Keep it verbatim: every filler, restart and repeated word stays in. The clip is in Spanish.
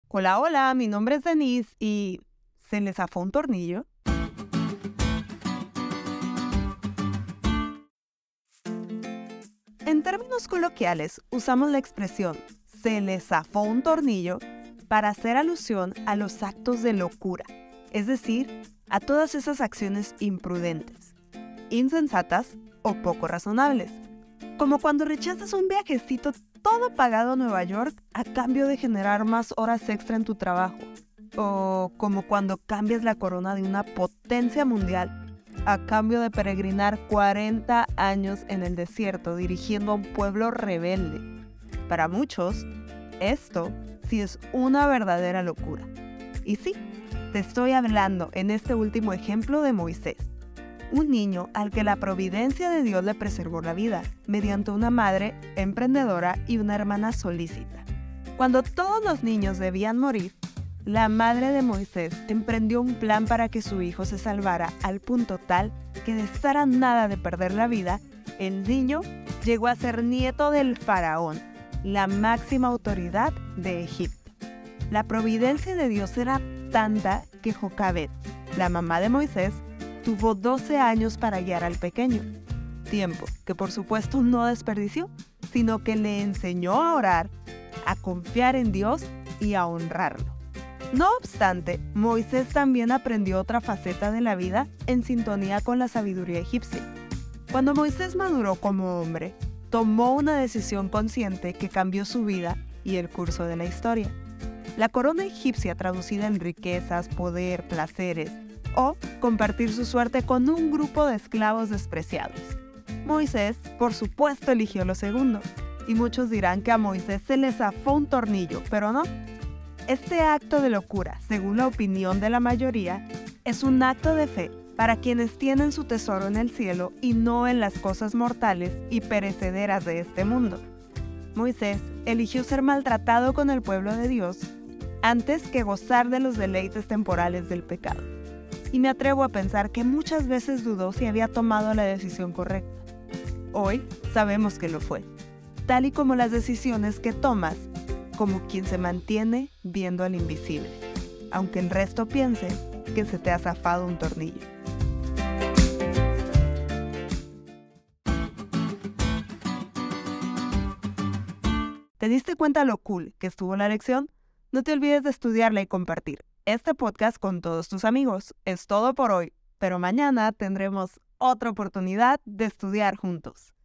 Hola, hola, mi nombre es Denise y ¿se le zafó un tornillo? En términos coloquiales, usamos la expresión «se le zafó un tornillo» para hacer alusión a los actos de locura, es decir, a todas esas acciones imprudentes, insensatas o poco razonables, como cuando rechazas un viajecito todo pagado a Nueva York a cambio de generar más horas extra en tu trabajo, o como cuando cambias la corona de una potencia mundial a cambio de peregrinar cuarenta años en el desierto dirigiendo a un pueblo rebelde. Para muchos, esto sí es una verdadera locura. Y sí, te estoy hablando en este último ejemplo de Moisés, un niño al que la providencia de Dios le preservó la vida mediante una madre emprendedora y una hermana solícita. Cuando todos los niños debían morir, la madre de Moisés emprendió un plan para que su hijo se salvara al punto tal que de estar a nada de perder la vida, el niño llegó a ser nieto del faraón, la máxima autoridad de Egipto. La providencia de Dios era tanta que Jocabed, la mamá de Moisés, tuvo doce años para guiar al pequeño, tiempo que por supuesto no desperdició, sino que le enseñó a orar, a confiar en Dios y a honrarlo. No obstante, Moisés también aprendió otra faceta de la vida en sintonía con la sabiduría egipcia. Cuando Moisés maduró como hombre, tomó una decisión consciente que cambió su vida y el curso de la historia. La corona egipcia, traducida en riquezas, poder, placeres, o compartir su suerte con un grupo de esclavos despreciados. Moisés, por supuesto, eligió lo segundo, y muchos dirán que a Moisés se le zafó un tornillo, pero no. Este acto de locura, según la opinión de la mayoría, es un acto de fe para quienes tienen su tesoro en el cielo y no en las cosas mortales y perecederas de este mundo. Moisés eligió ser maltratado con el pueblo de Dios antes que gozar de los deleites temporales del pecado. Y me atrevo a pensar que muchas veces dudó si había tomado la decisión correcta. Hoy sabemos que lo fue, tal y como las decisiones que tomas, como quien se mantiene viendo al invisible, aunque el resto piense que se te ha zafado un tornillo. ¿Te diste cuenta lo cool que estuvo la lección? No te olvides de estudiarla y compartir este podcast con todos tus amigos. Es todo por hoy, pero mañana tendremos otra oportunidad de estudiar juntos.